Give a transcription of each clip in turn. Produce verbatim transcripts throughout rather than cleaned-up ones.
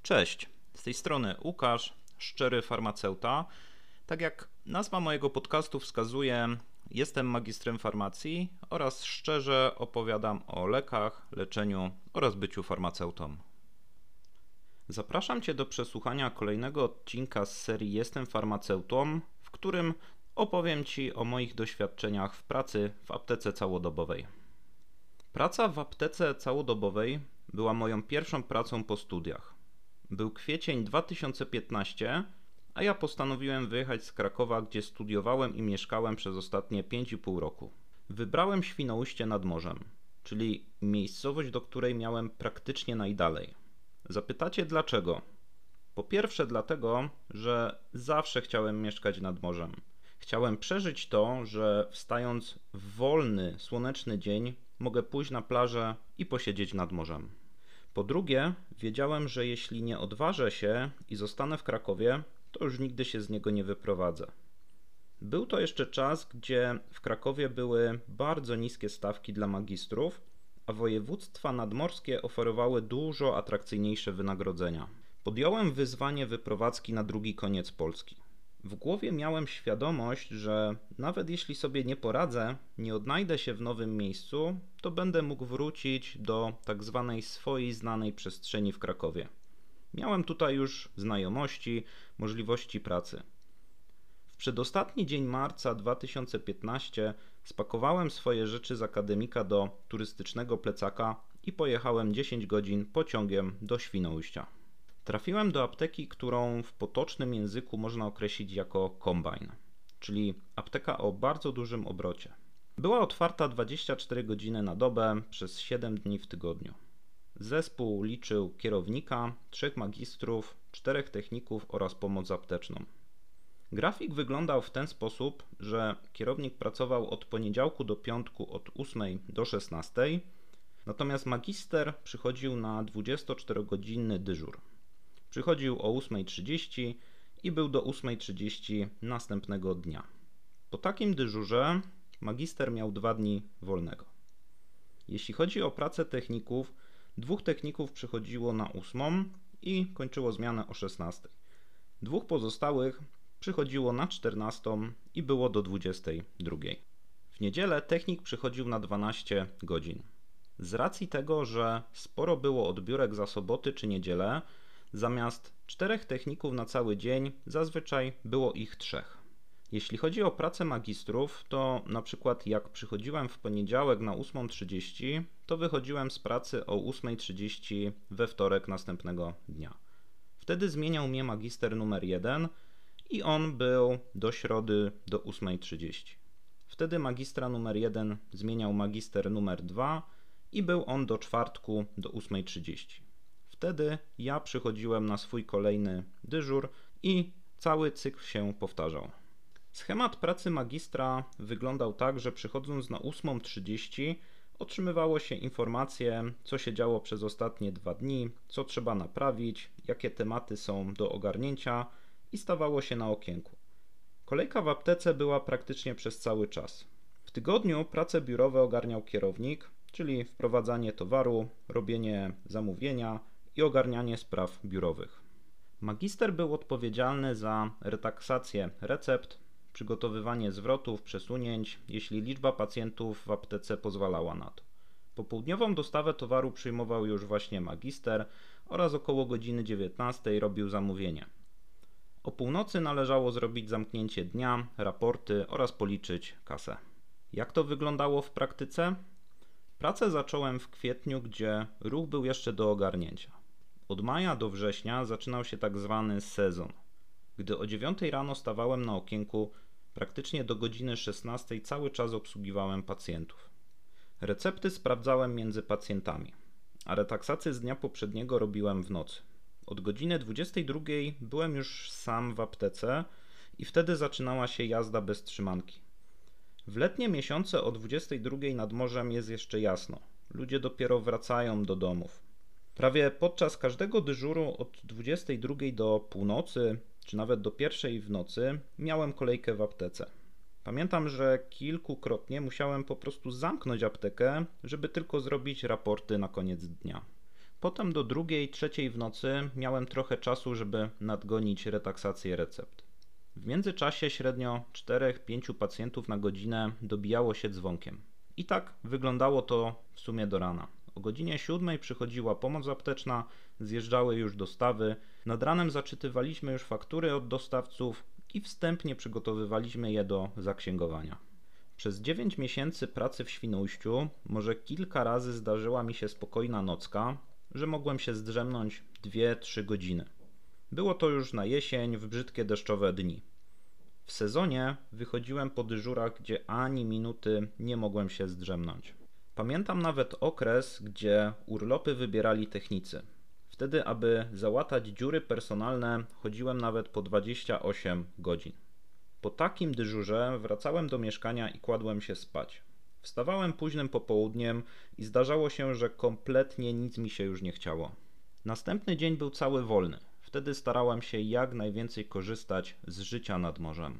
Cześć, z tej strony Łukasz, szczery farmaceuta. Tak jak nazwa mojego podcastu wskazuje, jestem magistrem farmacji oraz szczerze opowiadam o lekach, leczeniu oraz byciu farmaceutą. Zapraszam Cię do przesłuchania kolejnego odcinka z serii Jestem farmaceutą, w którym opowiem Ci o moich doświadczeniach w pracy w aptece całodobowej. Praca w aptece całodobowej była moją pierwszą pracą po studiach. Był kwiecień dwa tysiące piętnasty, a ja postanowiłem wyjechać z Krakowa, gdzie studiowałem i mieszkałem przez ostatnie pięć i pół roku. Wybrałem Świnoujście nad morzem, czyli miejscowość, do której miałem praktycznie najdalej. Zapytacie dlaczego? Po pierwsze dlatego, że zawsze chciałem mieszkać nad morzem. Chciałem przeżyć to, że wstając w wolny, słoneczny dzień mogę pójść na plażę i posiedzieć nad morzem. Po drugie, wiedziałem, że jeśli nie odważę się i zostanę w Krakowie, to już nigdy się z niego nie wyprowadzę. Był to jeszcze czas, gdzie w Krakowie były bardzo niskie stawki dla magistrów, a województwa nadmorskie oferowały dużo atrakcyjniejsze wynagrodzenia. Podjąłem wyzwanie wyprowadzki na drugi koniec Polski. W głowie miałem świadomość, że nawet jeśli sobie nie poradzę, nie odnajdę się w nowym miejscu, to będę mógł wrócić do tak zwanej swojej znanej przestrzeni w Krakowie. Miałem tutaj już znajomości, możliwości pracy. W przedostatni dzień marca dwa tysiące piętnastego spakowałem swoje rzeczy z akademika do turystycznego plecaka i pojechałem dziesięć godzin pociągiem do Świnoujścia. Trafiłem do apteki, którą w potocznym języku można określić jako kombajn, czyli apteka o bardzo dużym obrocie. Była otwarta dwadzieścia cztery godziny na dobę przez siedem dni w tygodniu. Zespół liczył kierownika, trzech magistrów, czterech techników oraz pomoc apteczną. Grafik wyglądał w ten sposób, że kierownik pracował od poniedziałku do piątku od ósmej do szesnastej, natomiast magister przychodził na dwudziestoczterogodzinny dyżur. Przychodził o ósma trzydzieści i był do ósma trzydzieści następnego dnia. Po takim dyżurze magister miał dwa dni wolnego. Jeśli chodzi o pracę techników, dwóch techników przychodziło na ósmą i kończyło zmianę o szesnastej. Dwóch pozostałych przychodziło na czternastą i było do dwudziestej drugiej. W niedzielę technik przychodził na dwanaście godzin. Z racji tego, że sporo było odbiórek za soboty czy niedzielę, zamiast czterech techników na cały dzień, zazwyczaj było ich trzech. Jeśli chodzi o pracę magistrów, to na przykład jak przychodziłem w poniedziałek na ósma trzydzieści, to wychodziłem z pracy o ósma trzydzieści we wtorek następnego dnia. Wtedy zmieniał mnie magister numer jeden i on był do środy do ósma trzydzieści. Wtedy magistra numer jeden zmieniał magister numer dwa i był on do czwartku do ósma trzydzieści. Wtedy ja przychodziłem na swój kolejny dyżur i cały cykl się powtarzał. Schemat pracy magistra wyglądał tak, że przychodząc na ósma trzydzieści otrzymywało się informacje, co się działo przez ostatnie dwa dni, co trzeba naprawić, jakie tematy są do ogarnięcia i stawało się na okienku. Kolejka w aptece była praktycznie przez cały czas. W tygodniu prace biurowe ogarniał kierownik, czyli wprowadzanie towaru, robienie zamówienia i ogarnianie spraw biurowych. Magister był odpowiedzialny za retaksację recept, przygotowywanie zwrotów, przesunięć, jeśli liczba pacjentów w aptece pozwalała na to. Popołudniową dostawę towaru przyjmował już właśnie magister oraz około godziny dziewiętnastej robił zamówienie. O północy należało zrobić zamknięcie dnia, raporty oraz policzyć kasę. Jak to wyglądało w praktyce? Pracę zacząłem w kwietniu, gdzie ruch był jeszcze do ogarnięcia. Od maja do września zaczynał się tak zwany sezon. Gdy o dziewiątej rano stawałem na okienku, praktycznie do godziny szesnastej cały czas obsługiwałem pacjentów. Recepty sprawdzałem między pacjentami, a retaksację z dnia poprzedniego robiłem w nocy. Od godziny dwudziestej drugiej byłem już sam w aptece i wtedy zaczynała się jazda bez trzymanki. W letnie miesiące o dwudziestej drugiej nad morzem jest jeszcze jasno. Ludzie dopiero wracają do domów. Prawie podczas każdego dyżuru od dwudziestej drugiej do północy, czy nawet do pierwszej w nocy, miałem kolejkę w aptece. Pamiętam, że kilkukrotnie musiałem po prostu zamknąć aptekę, żeby tylko zrobić raporty na koniec dnia. Potem do drugiej, trzeciej w nocy miałem trochę czasu, żeby nadgonić retaksację recept. W międzyczasie średnio czterech pięciu pacjentów na godzinę dobijało się dzwonkiem. I tak wyglądało to w sumie do rana. O godzinie siódmej przychodziła pomoc apteczna, zjeżdżały już dostawy, nad ranem zaczytywaliśmy już faktury od dostawców i wstępnie przygotowywaliśmy je do zaksięgowania. Przez dziewięć miesięcy pracy w Świnoujściu może kilka razy zdarzyła mi się spokojna nocka, że mogłem się zdrzemnąć dwie trzy godziny. Było to już na jesień, w brzydkie deszczowe dni. W sezonie wychodziłem po dyżurach, gdzie ani minuty nie mogłem się zdrzemnąć. Pamiętam nawet okres, gdzie urlopy wybierali technicy. Wtedy, aby załatać dziury personalne, chodziłem nawet po dwadzieścia osiem godzin. Po takim dyżurze wracałem do mieszkania i kładłem się spać. Wstawałem późnym popołudniem i zdarzało się, że kompletnie nic mi się już nie chciało. Następny dzień był cały wolny. Wtedy starałem się jak najwięcej korzystać z życia nad morzem.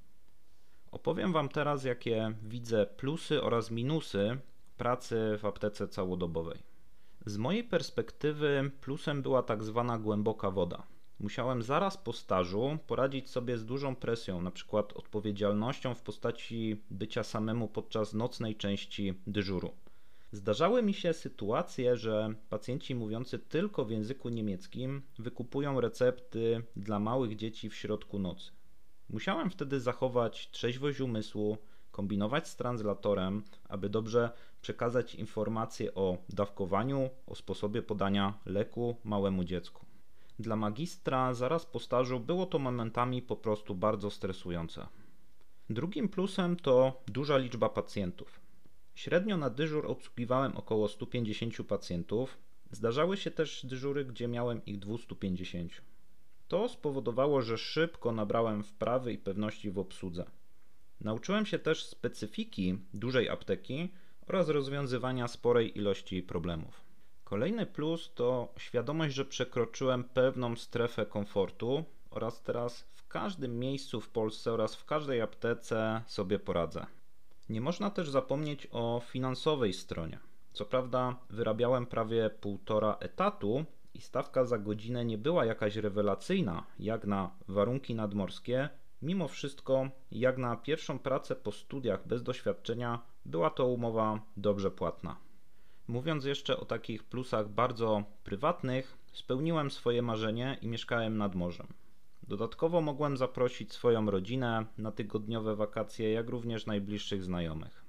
Opowiem Wam teraz, jakie widzę plusy oraz minusy pracy w aptece całodobowej. Z mojej perspektywy plusem była tak zwana głęboka woda. Musiałem zaraz po stażu poradzić sobie z dużą presją, np. odpowiedzialnością w postaci bycia samemu podczas nocnej części dyżuru. Zdarzały mi się sytuacje, że pacjenci mówiący tylko w języku niemieckim wykupują recepty dla małych dzieci w środku nocy. Musiałem wtedy zachować trzeźwość umysłu, kombinować z translatorem, aby dobrze przekazać informacje o dawkowaniu, o sposobie podania leku małemu dziecku. Dla magistra zaraz po stażu było to momentami po prostu bardzo stresujące. Drugim plusem to duża liczba pacjentów. Średnio na dyżur obsługiwałem około stu pięćdziesięciu pacjentów. Zdarzały się też dyżury, gdzie miałem ich dwieście pięćdziesiąt. To spowodowało, że szybko nabrałem wprawy i pewności w obsłudze. Nauczyłem się też specyfiki dużej apteki oraz rozwiązywania sporej ilości problemów. Kolejny plus to świadomość, że przekroczyłem pewną strefę komfortu oraz teraz w każdym miejscu w Polsce oraz w każdej aptece sobie poradzę. Nie można też zapomnieć o finansowej stronie. Co prawda wyrabiałem prawie półtora etatu i stawka za godzinę nie była jakaś rewelacyjna jak na warunki nadmorskie, mimo wszystko jak na pierwszą pracę po studiach bez doświadczenia była to umowa dobrze płatna. Mówiąc jeszcze o takich plusach bardzo prywatnych, spełniłem swoje marzenie i mieszkałem nad morzem. Dodatkowo mogłem zaprosić swoją rodzinę na tygodniowe wakacje, jak również najbliższych znajomych.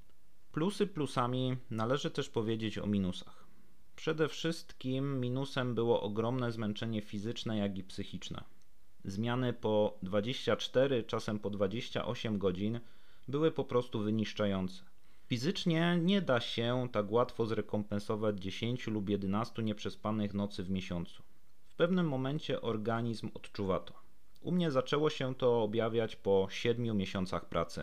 Plusy plusami należy też powiedzieć o minusach. Przede wszystkim minusem było ogromne zmęczenie fizyczne, jak i psychiczne. Zmiany po dwadzieścia cztery, czasem po dwadzieścia osiem godzin były po prostu wyniszczające. Fizycznie nie da się tak łatwo zrekompensować dziesięciu lub jedenastu nieprzespanych nocy w miesiącu. W pewnym momencie organizm odczuwa to. U mnie zaczęło się to objawiać po siedmiu miesiącach pracy.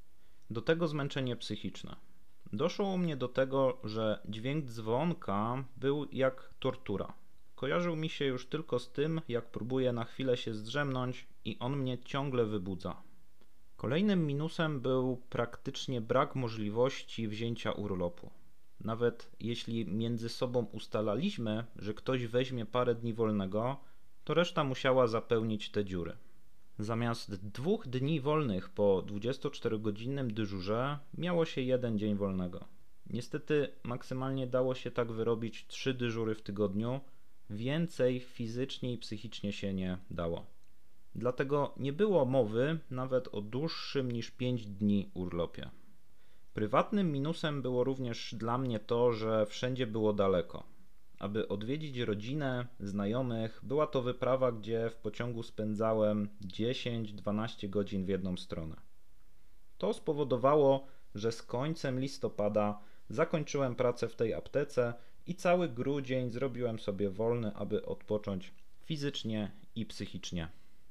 Do tego zmęczenie psychiczne. Doszło u mnie do tego, że dźwięk dzwonka był jak tortura. Kojarzył mi się już tylko z tym, jak próbuję na chwilę się zdrzemnąć i on mnie ciągle wybudza. Kolejnym minusem był praktycznie brak możliwości wzięcia urlopu. Nawet jeśli między sobą ustalaliśmy, że ktoś weźmie parę dni wolnego, to reszta musiała zapełnić te dziury. Zamiast dwóch dni wolnych po dwudziestoczterogodzinnym dyżurze miało się jeden dzień wolnego. Niestety maksymalnie dało się tak wyrobić trzy dyżury w tygodniu, więcej fizycznie i psychicznie się nie dało. Dlatego nie było mowy nawet o dłuższym niż pięć dni urlopie. Prywatnym minusem było również dla mnie to, że wszędzie było daleko. Aby odwiedzić rodzinę, znajomych, była to wyprawa, gdzie w pociągu spędzałem dziesięć do dwunastu godzin w jedną stronę. To spowodowało, że z końcem listopada zakończyłem pracę w tej aptece i cały grudzień zrobiłem sobie wolny, aby odpocząć fizycznie i psychicznie.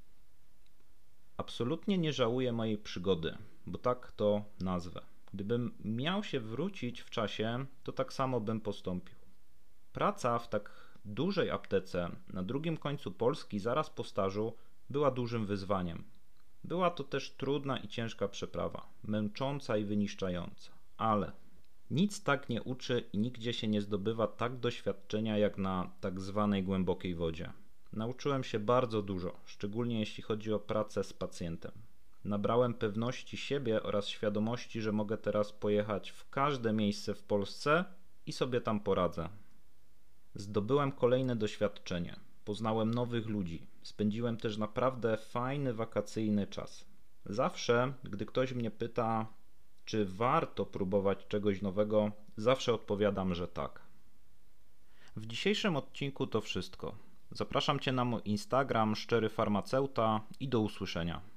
Absolutnie nie żałuję mojej przygody, bo tak to nazwę. Gdybym miał się wrócić w czasie, to tak samo bym postąpił. Praca w tak dużej aptece na drugim końcu Polski zaraz po stażu była dużym wyzwaniem. Była to też trudna i ciężka przeprawa, męcząca i wyniszczająca, ale Nic tak nie uczy i nigdzie się nie zdobywa tak doświadczenia jak na tak zwanej głębokiej wodzie. Nauczyłem się bardzo dużo, szczególnie jeśli chodzi o pracę z pacjentem. Nabrałem pewności siebie oraz świadomości, że mogę teraz pojechać w każde miejsce w Polsce i sobie tam poradzę. Zdobyłem kolejne doświadczenie, poznałem nowych ludzi, spędziłem też naprawdę fajny wakacyjny czas. Zawsze, gdy ktoś mnie pyta, czy warto próbować czegoś nowego, zawsze odpowiadam, że tak. W dzisiejszym odcinku to wszystko. Zapraszam Cię na mój Instagram szczery farmaceuta i do usłyszenia.